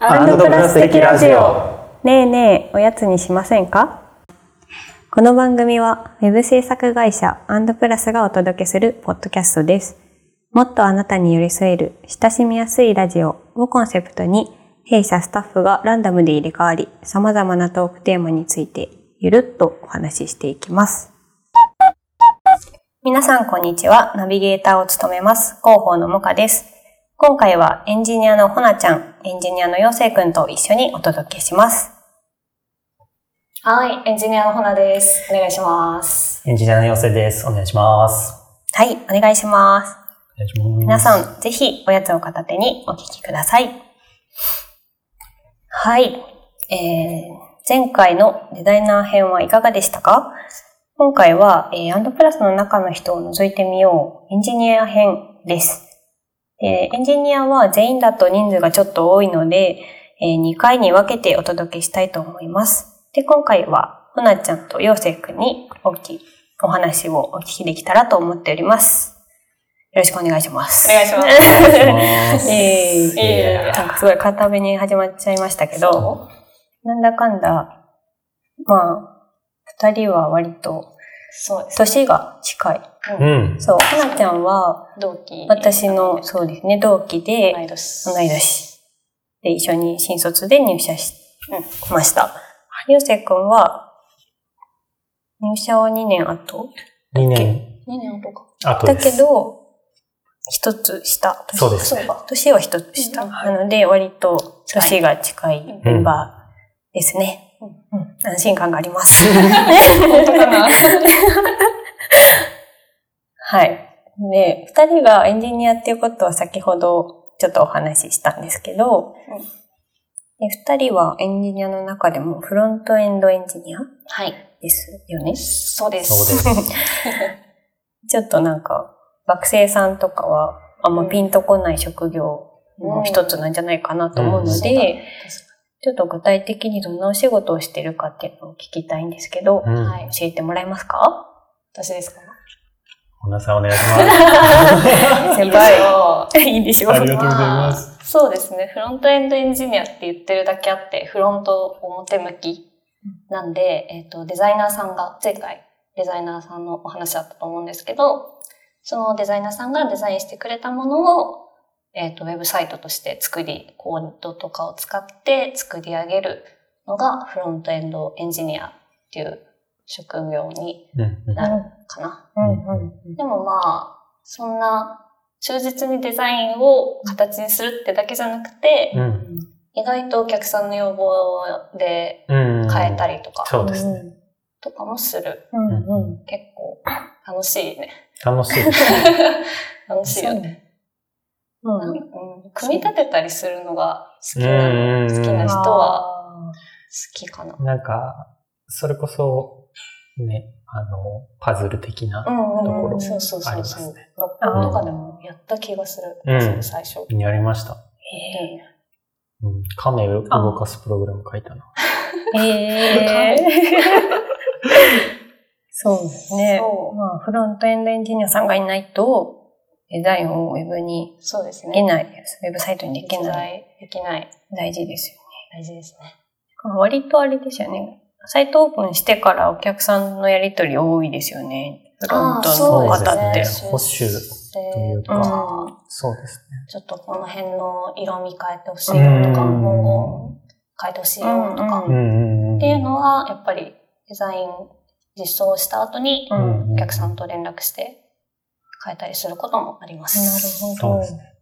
アンドプラス的ラジオ。ねえねえ、おやつにしませんか？この番組はウェブ制作会社アンドプラスがお届けするポッドキャストです。もっとあなたに寄り添える親しみやすいラジオをコンセプトに、弊社スタッフがランダムで入れ替わり、様々なトークテーマについてゆるっとお話ししていきます。皆さんこんにちは。ナビゲーターを務めます広報のもかです。今回はエンジニアのほなちゃん、エンジニアのようせいくんと一緒にお届けします。 はい、エンジニアのほなです。お願いします。 エンジニアのようせいです。お願いします。 はい、お願いします。 お願いします。 皆さん、ぜひおやつを片手にお聞きください。はい、前回のデザイナー編はいかがでしたか？今回は、アンドプラスの中の人を覗いてみよう。エンジニア編です。エンジニアは全員だと人数がちょっと多いので、2回に分けてお届けしたいと思います。で、今回は、ほなちゃんとようせいくんにお話をお聞きできたらと思っております。よろしくお願いします。 お願いします。 なんかすごい固めに始まっちゃいましたけど、なんだかんだ、まあ、二人は割と、 そうです。 年が近い。 うん。 そう、ほなちゃんは、 同期。 私の、そうですね、同期で、 同い年。 同い年。で、一緒に新卒で入社しました。ようせいくんは、入社は2年後 2年。 2年後か。 後です。 だけど、一つ下。 そうですね。 年は一つ下。なので、割と年が近いメンバーですね。安心感があります。 本当かな？ はい。で、二人がエンジニアっていうことは先ほどちょっとお話ししたんですけど、で二人はエンジニアの中でもフロントエンドエンジニアですよね。 そうです。 そうです。 ちょっとなんか、学生さんとかはあんまピンとこない職業の一つなんじゃないかなと思うので、ちょっと具体的にどんなお仕事をしてるかっていうのを聞きたいんですけど、はい、教えてもらえますか？ 私ですか？ ほなさんお願いします。 先輩。いいでしょう。 ありがとうございます。 そうですね。フロントエンドエンジニアって言ってるだけあって、フロント表向きなんで、デザイナーさんが、前回デザイナーさんのお話だったと思うんですけど、そのデザイナーさんがデザインしてくれたものを、ウェブサイトとしてコードとかを使って作り上げるのがフロントエンドエンジニアっていう職業になるかな。でもまあ、そんな忠実にデザインを形にするってだけじゃなくて、意外とお客さんの要望で変えたりとか、 そうですね。 とかもする。結構楽しいね。 楽しいです。 楽しいよね。組み立てたりするのが好きな人は好きかな。 なんか、それこそ、ね、パズル的なところありますね。 学校とかでもやった気がする。最初。 やりました。亀を動かすプログラム書いたな。 そうですね。まあ、フロントエンドエンジニアさんがいないと、デザインをウェブにできない、ウェブサイトにできない。 できない。 大事ですよね。 大事ですね。 割とあれですよね。サイトオープンしてからお客さんのやり取り多いですよね。フロントの方って。 保守というか、そうですね。 ちょっとこの辺の色味変えてほしいよとか、文言変えてほしいよとか、っていうのは、やっぱりデザイン実装した後にお客さんと連絡して変えたりすることもあります。 なるほど。そうですね。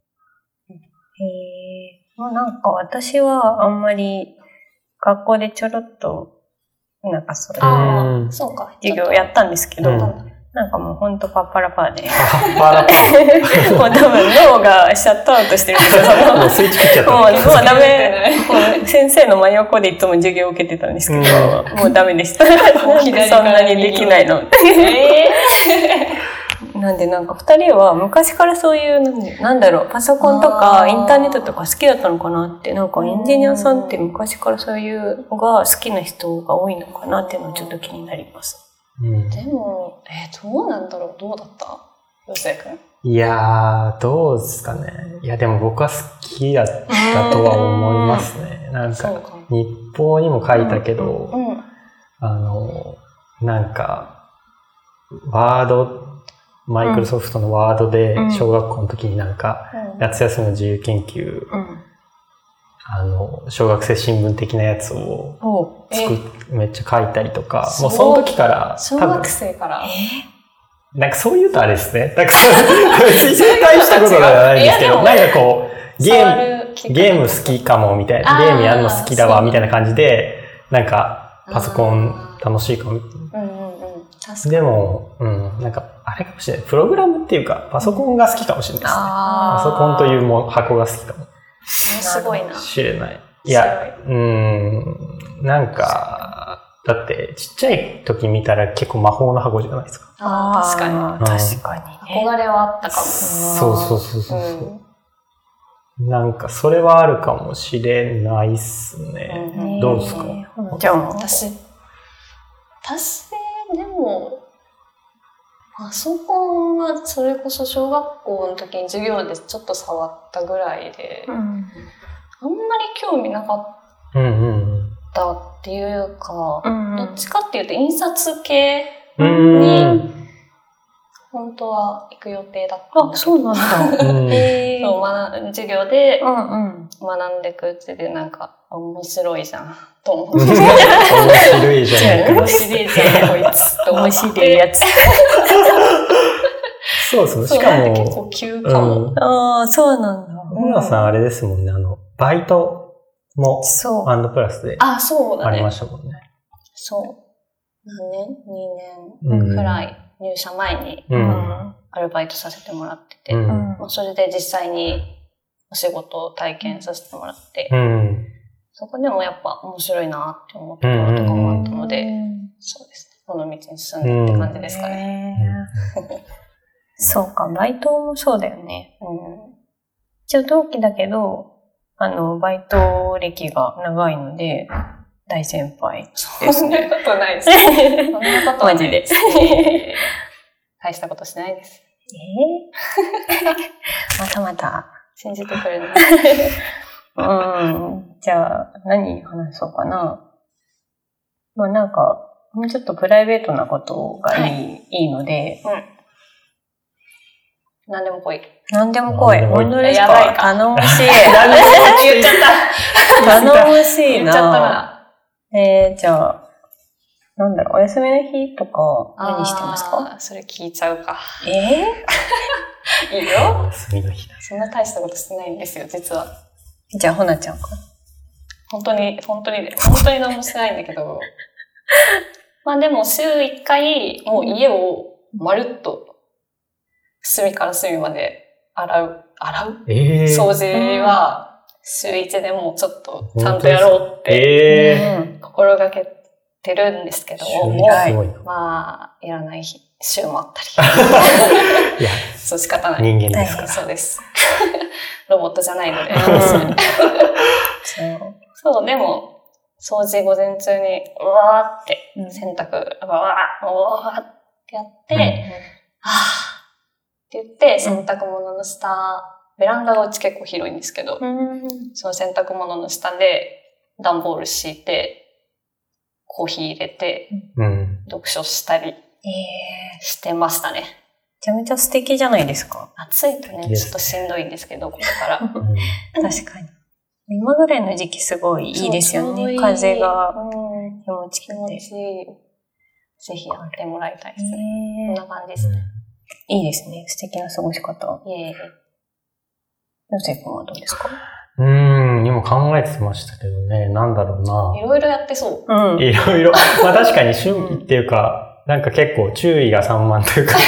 まあなんか私はあんまり学校でちょろっとなんかそういう授業やったんですけど、なんかもうほんとパッパラパーで。 パラパー。 もう多分脳がシャットアウトしてるんですよ。 もうスイッチ切っちゃった。 もうダメ。先生の真横でいつも授業を受けてたんですけど、もうダメでした。なんでそんなにできないの？なんでなんか二人は昔からそういうなんだろうパソコンとかインターネットとか好きだったのかなって、なんかエンジニアさんって昔からそういうのが好きな人が多いのかなっていうのはちょっと気になります。 でもどうなんだろう。どうだった？ようせいくん。 いやー、どうですかね。いや、でも僕は好きだったとは思いますね。なんか、日報にも書いたけど、なんか、マイクロソフトのワードで、小学校の時になんか、夏休みの自由研究、小学生新聞的なやつをめっちゃ書いたりとか、もうその時から、 小学生からなんかそう言うとあれですね。なんか別に正解したことではないんですけど、なんかこう、ゲーム好きかもみたいな、ゲームやるの好きだわみたいな感じで、なんかパソコン楽しいかも。でも、なんかあれかもしれない。プログラムっていうか、パソコンが好きかもしれないですね。パソコンという箱が好きかも。 すごいな。 知れない。いや、なんか、だってちっちゃい時見たら結構魔法の箱じゃないですか。 確かに。 確かに。 憧れはあったかも。 そう。なんかそれはあるかもしれないっすね。どうですか？ じゃあ私でもパソコンはそれこそ小学校の時に授業でちょっと触ったぐらいで、あんまり興味なかったっていうか、どっちかっていうと印刷系に本当は行く予定だったんだけど。 そうなんだ。授業で学んでいくうちでなんか面白いじゃんと思って。 面白いじゃん。 面白いじゃんこいつと面白いやつ。 そうそう。しかも結構急かも。 そうなんだ。 小村さんあれですもんね。バイトもアンドプラスでありましたもんね。 そう。何年 ?2 年くらい入社前にアルバイトさせてもらってて、それで実際にお仕事を体験させてもらって、そこでもやっぱ面白いなって思ったこととかもあったので、そうですね。この道に進んでって感じですかね。 そうか、バイトもそうだよね。一応同期だけど、バイト歴が長いので、大先輩ですね。 そんなことないです。そんなことはマジで。 大したことしないです。 また。 信じてくれない。 じゃあ、何話そうかな。なんか、もうちょっとプライベートなことがいいので、 何でも来い。 何でも来い。本当ですか？ やばいか。 頼もしい。 言っちゃった。 頼もしいな。 言っちゃったな。 じゃあ、なんだろう、お休みの日とか何してますか？ それ聞いちゃうか。いいよ。 お休みの日だ。 そんな大したことしてないんですよ、実は。 じゃあ、ほなちゃんか。 本当に何もしてないんだけど。でも週1回、もう家をまるっと、隅から隅まで洗う掃除は、週1でもうちょっとちゃんとやろうって、心がけてるんですけども、やらない週もあったり。そう仕方ない。 人間ですから。 そうです。ロボットじゃないので。そう、でも、掃除午前中に、うわーって、洗濯、うわーってやって、って言って、洗濯物の下、ベランダがうち結構広いんですけど、その洗濯物の下で段ボール敷いて、コーヒー入れて、読書したりしてましたね。 めちゃめちゃ素敵じゃないですか。 暑いとね、ちょっとしんどいんですけど、これから。 確かに。今ぐらいの時期すごいいいですよね。風が気持ちいい。 ぜひやってもらいたいですね。こんな感じですね。 いいですね。素敵な過ごし方。ヨセ君はどうですか？ 今考えてましたけどね、なんだろうな。 いろいろやってそう。 いろいろ。確かに趣味っていうか、なんか結構注意が散漫というか。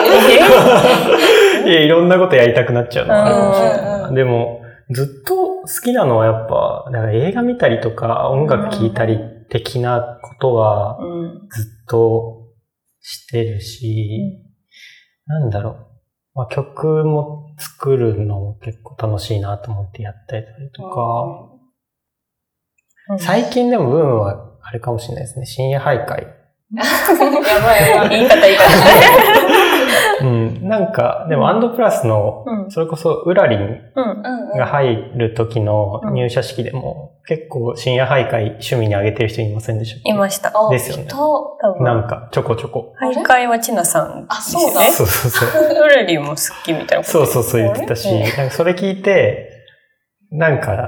いろんなことやりたくなっちゃうのがあるかもしれない。でも、ずっと好きなのはやっぱ、だから映画見たりとか音楽聴いたり的なことはずっとしてるし、なんだろう。曲も作るのも結構楽しいなと思ってやったりとか、最近でもブームはあれかもしれないですね。深夜徘徊。 やばい。 言い方。 なんか、でもアンドプラスの、それこそウラリンが入る時の入社式でも、結構深夜徘徊趣味にあげてる人いませんでしたっけ？ いました。 ですよね。なんか、ちょこちょこ。 徘徊はチナさんですよね。 そうだ。 そうそうそう。 ウラリンも好きみたいなこと。 そう言ってたし、なんかそれ聞いて、なんか、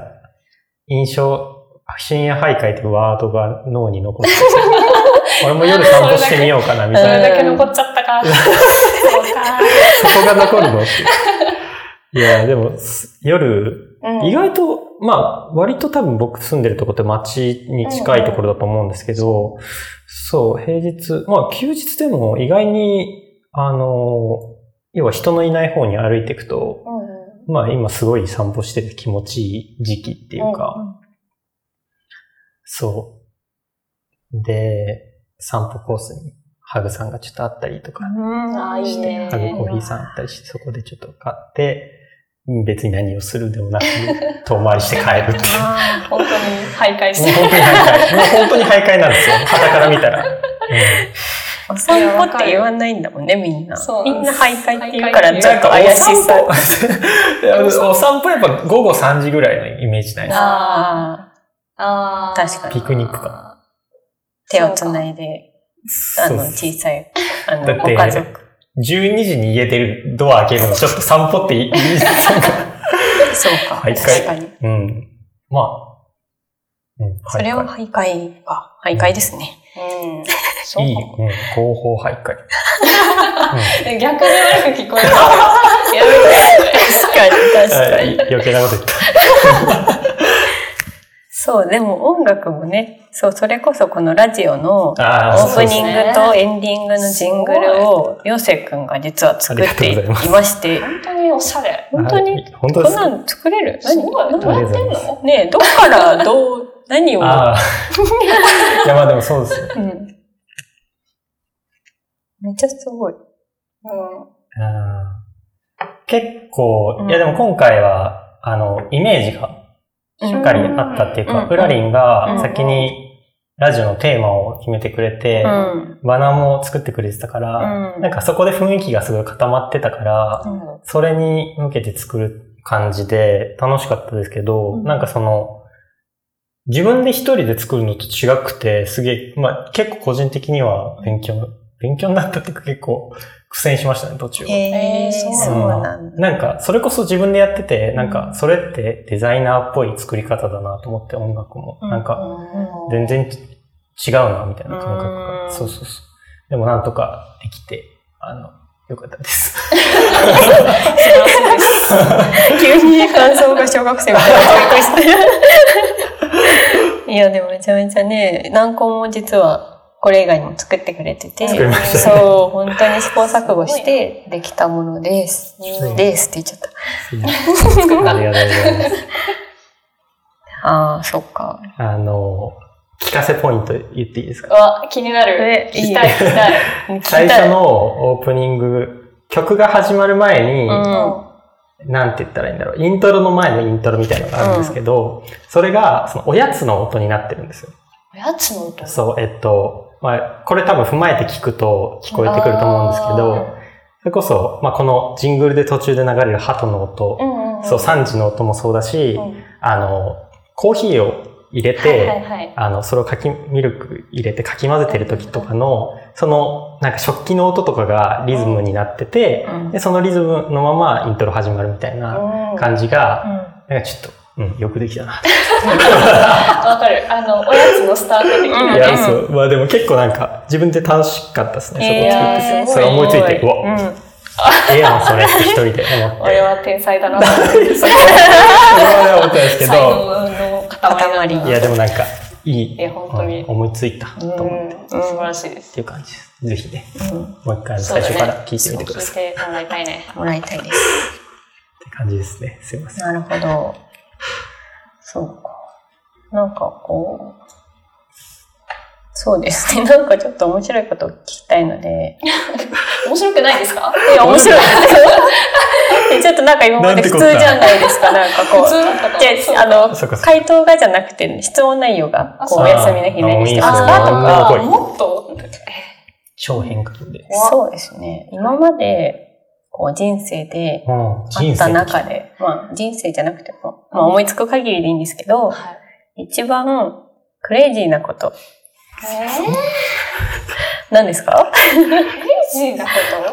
深夜徘徊っていうワードが脳に残ってて、俺も夜散歩してみようかな、みたいな。 それだけ残っちゃったか。そうか。 そこが残るのって。いや、でも、夜、意外と、割と多分僕住んでるとこって街に近いところだと思うんですけど、そう、平日、休日でも意外に、要は人のいない方に歩いていくと、今すごい散歩してて気持ちいい時期っていうか、そう。で、散歩コースにハグさんがちょっとあったりとかして、ハグコーヒーさんあったりして、そこでちょっと買って、別に何をするでもなく、遠回りして帰るっていう。 本当に徘徊して。 本当に徘徊なんですよ。傍から見たら。 お散歩って言わないんだもんね、みんな。みんな徘徊って言うからちょっと怪しさ。 お散歩やっぱ午後3時ぐらいのイメージないですか？ 確かに。 ピクニックか。 手をつないで、小さい、ご家族。 12時に家出るドア開けるのちょっと散歩っていいですか？ そうか。 確かに。 それは徘徊か。徘徊ですね。 いい、後方徘徊。 逆に悪く聞こえる。や確かに。 余計なこと言った。 そう、でも音楽もね、それこそこのラジオのオープニングとエンディングのジングルを、ヨセくんが実は作っていまして。 本当におしゃれ。 本当にこんなん作れる？ すごい。どうやってんの？ ねえ、どっから何を。いや、でもそうですよ。 めっちゃすごい。 結構、いやでも今回は、イメージがしっかりあったっていうか、ウラリンが先にラジオのテーマを決めてくれて、バナーも作ってくれてたから、なんかそこで雰囲気がすごい固まってたから、それに向けて作る感じで楽しかったですけど、なんか自分で一人で作るのと違くて、すげえ、結構個人的には勉強になったっていうか結構苦戦しましたね、途中は。 そうなんだ。 なんか、それこそ自分でやってて、なんか、それってデザイナーっぽい作り方だなと思って、音楽も。なんか、全然違うな、みたいな感覚が。そう。でもなんとかできて、よかったです。 急に感想が小学生みたいなびっくりした。いや、でもめちゃめちゃね、何個も実は、これ以外にも作ってくれてて、そう、本当に試行錯誤してできたものです。ですって言っちゃった。 ありがとうございます。そっか。 聞かせポイント言っていいですか？ 気になる。聞きたい。 最初のオープニング、曲が始まる前に、なんて言ったらいいんだろう。イントロの前のイントロみたいなのがあるんですけど、それが、おやつの音になってるんですよ。 おやつの音？ そう、これ多分踏まえて聞くと聞こえてくると思うんですけど、それこそ、このジングルで途中で流れる鳩の音、そう、3時の音もそうだし、コーヒーを入れて、それをミルク入れてかき混ぜてる時とかの、なんか食器の音とかがリズムになってて、で、そのリズムのままイントロ始まるみたいな感じが、なんかちょっと、よくできたな。 わかる。おやつのスタート的にね。 いや、そう。でも結構なんか、自分で楽しかったですね、そこ作ってて。それ思いついて、やん、それって一人で思って。 俺は天才だなと思って。それは思ったんですけど。 才能の塊。 いや、でもなんか、いい。 本当に。 思いついたと思って。 素晴らしいです。 っていう感じです。ぜひね、もう一回最初から聞いてみてください。 聞いてもらいたいね。 もらいたいです。 って感じですね。すいません。 なるほど。そうか。なんかこう、そうですね。なんかちょっと面白いことを聞きたいので。 面白くないですか？ いや、面白いです。ちょっとなんか今まで普通じゃないですか、なんかこう。 普通だったか。 回答がじゃなくて、質問内容が、こう、お休みの日何してますかとか。 もっと、 小変革で。 そうですね。今まで、こう人生で、あった中で、まあ人生じゃなくても、まあ思いつく限りでいいんですけど、一番クレイジーなこと。何ですか？ クレイジーなこと？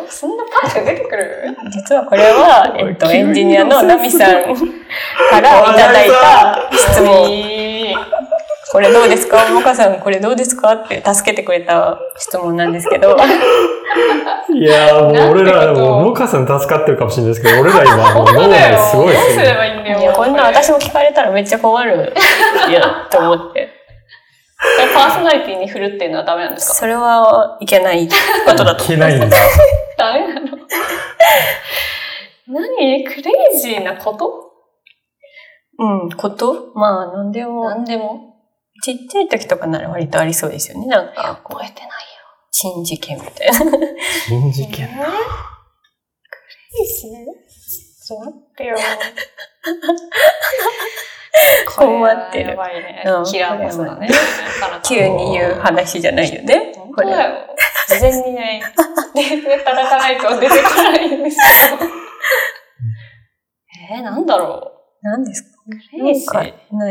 そんなパッと出てくる？ 実はこれは、エンジニアのナミさんからいただいた質問。これどうですか？モカさんこれどうですか？って助けてくれた質問なんですけど。 いやーもう俺ら、もうモカさん助かってるかもしれないですけど、俺ら今もう脳内すごいですよね。 どうすればいいんだよ。 いや、こんな私も聞かれたらめっちゃ困るよと思って。 パーソナリティに振るっていうのはダメなんですか？ それはいけないことだと思います。 いけないんだ。 ダメなの？何？クレイジーなこと？ こと？まあ、なんでも。 なんでも？ ちっちゃい時とかなら割とありそうですよね。なんか、 覚えてないよ。 珍事件みたいな。 珍事件な。 クレイジー？ちょっと待ってよ。 困ってる。 やばいね。キラーボスだね。 急に言う話じゃないよね。 本当だよ。事前にね、叩かないと出てこないんですよ。なんだろう。 何ですか？ クレイジー。 ない？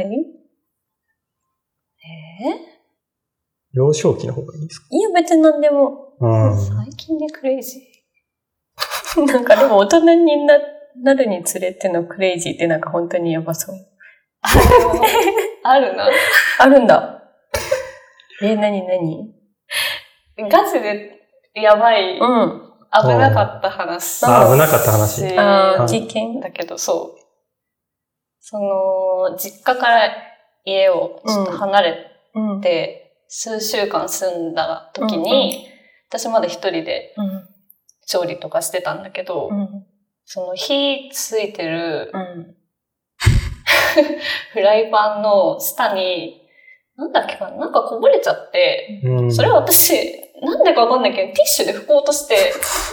幼少期の方がいいですか？ いや、別に何でも。 最近でクレイジー。なんかでも大人になるにつれてのクレイジーってなんか本当にやばそう。 あるな。 あるんだ。何ガチでやばい。危なかった話。 危なかった話。 事件だけど、そう。実家から家をちょっと離れて、数週間住んだ時に、私まだ一人で調理とかしてたんだけど、その火ついてる、フライパンの下に、なんだっけかな、なんかこぼれちゃって、それは私、なんでかわかんないけど、ティッシュで拭こうとして、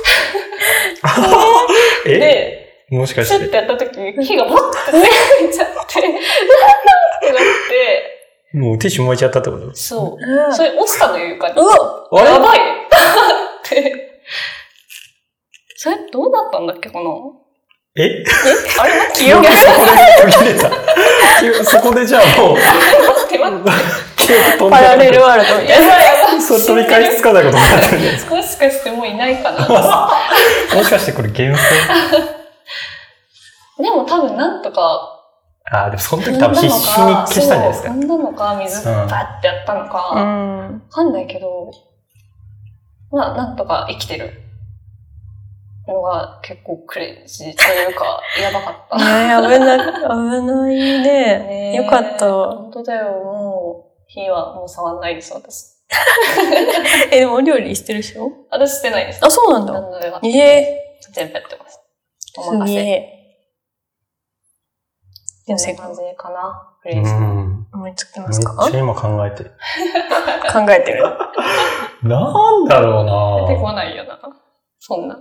で、 もしかして。 シュッてやった時に火がバッてついちゃって、なんだってなって、 もうティッシュ燃えちゃったってこと？ そう。それ落ちたのよ、床に。 やばいって。それどうなったんだっけかな？あれ記憶が途切れた。そこでじゃあもう。 パラレルワールドみたいな。 それ取り返しつかないことになってるんですか？ もしかしてもういないかな？ もしかしてこれ幻想？ でも多分なんとか。 でもその時多分必死に消したんじゃないですか。 飛んだのか、水バッてやったのか、わかんないけど、まあなんとか生きてるのが結構クレイジーというか、やばかった。 危ないね。よかった。 本当だよ、もう、火はもう触んないです、私。 でもお料理してるでしょ？ 私してないです。 そうなんだ。 全部やってます。 お任せ。 こんな感じかな。クレイジー。 思いつきますか？ めっちゃ今考えてる。 考えてる。 なんだろうな。 出てこないよな。そんな。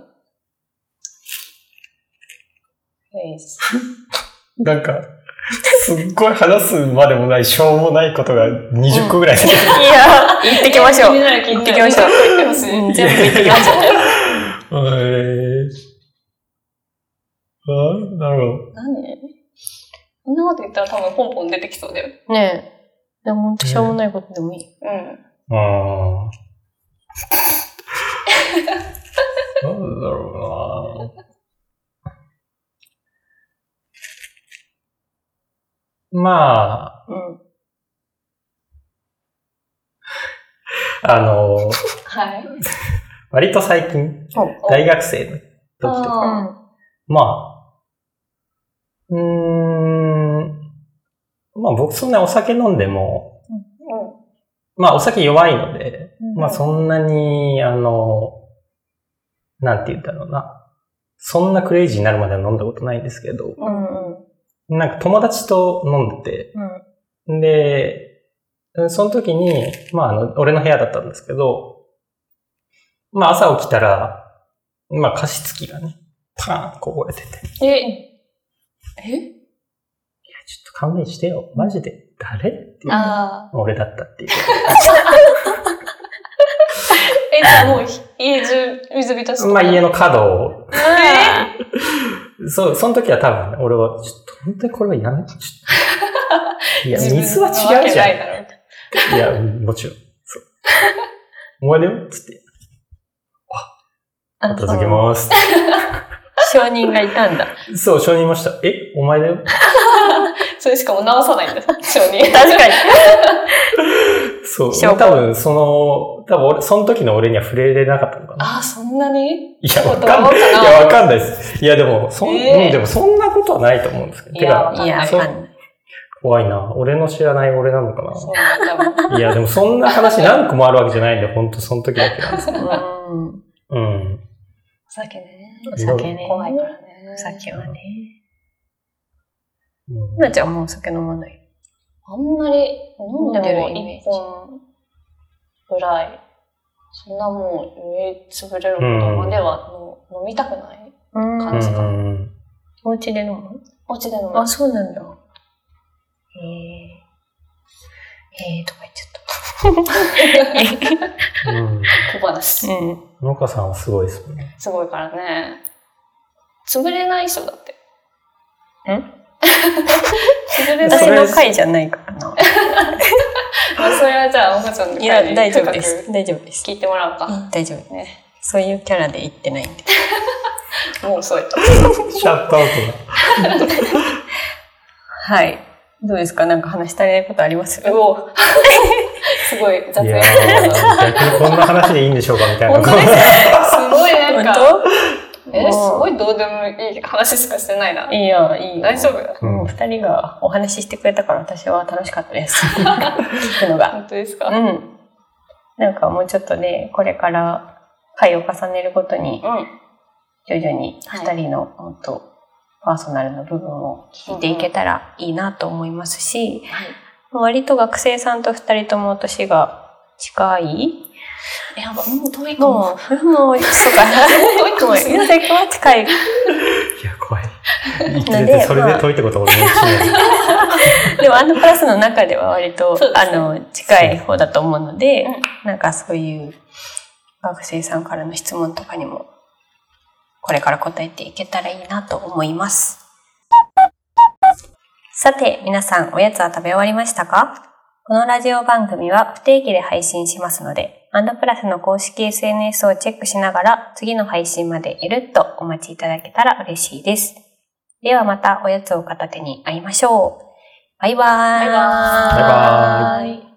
なんか、すっごい話すまでもない、しょうもないことが20個ぐらい。 いや、言ってきましょう。 言ってきましょう。 全部言ってきましょう。 なるほど。 何？こんなこと言ったら多分ポンポン出てきそうだよ。 ねえ。でもほんとしょうもないことでもいい。 なんだろうな。まあ、 はい。 割と最近、大学生の時とか、まあ、まあ僕そんなお酒飲んでも、まあお酒弱いので、まあそんなに、なんて言うんだろうな。そんなクレイジーになるまでは飲んだことないんですけど、なんか友達と飲んでて、で、その時に、まあ俺の部屋だったんですけど、まあ朝起きたら、まあ加湿器がね、パーンこぼれてて。いや、ちょっと勘弁してよ。マジで。誰っていう。俺だったっていう。 じゃあもう家中水浸しとか。 まあ家の角を。そう、その時は多分、俺は、ちょっと本当にこれはやめて、いや、水は違うじゃん。いや、もちろん。そう。お前だよつって。片付けます。 証人がいたんだ。 そう、証人いました。お前だよ。 それしかも直さないんだ、証人。 確かに。 そう。多分、俺、その時の俺には触れれなかったのかな。 あ、そんなに？ いや、わかんない。わかんないです。いや、でも、でもそんなことはないと思うんですけど。 いや、わかんない。 怖いな。俺の知らない俺なのかな。 そうなんだ。 いや、でもそんな話何個もあるわけじゃないんで、ほんとその時だけなんですけど。うん。 お酒ね。 お酒ね。 怖いからね。 お酒はね。なっちゃんもうお酒飲まない？ あんまり飲んでも1本ぐらい。そんなもう酔いつぶれるほどまでは飲みたくない感じかな。 お家で飲む？ お家で飲む。 あ、そうなんだ。とか言っちゃった。 小話。 農家さんはすごいですね。 すごいからね。潰れない人だって。 私の回じゃないからな。 まあそれはじゃあ、おこちゃんの回で。 いや、大丈夫です。大丈夫です。 聞いてもらおうか。 大丈夫ね。そういうキャラで言ってないんで。 もう遅い。 シャットアウトだ。 はい。どうですか？なんか話したいことあります？ すごい雑に。 いや逆にこんな話でいいんでしょうかみたいな。 本当ですすごいなんか。 本当？すごいどうでもいい話しかしてないな。 いいよ、いいよ。 大丈夫？ もう二人がお話ししてくれたから私は楽しかったです。聞くのが。 本当ですか？ なんかもうちょっとね、これから回を重ねるごとに、徐々に二人のもっとパーソナルの部分を聞いていけたらいいなと思いますし、割と学生さんと二人とも年が近い？ いや、もう遠いかも。 もう、そうか。遠いかも。近い。 いや、怖い。ので、それで遠いってことは俺も一年。 でも、プラスの中では割と、近い方だと思うので、なんかそういう学生さんからの質問とかにも、これから答えていけたらいいなと思います。さて、皆さん、おやつは食べ終わりましたか？このラジオ番組は不定期で配信しますので、アンドプラスの公式 SNS をチェックしながら、次の配信までゆるっとお待ちいただけたら嬉しいです。ではまたおやつを片手に会いましょう。バイバーイ。 バイバーイ。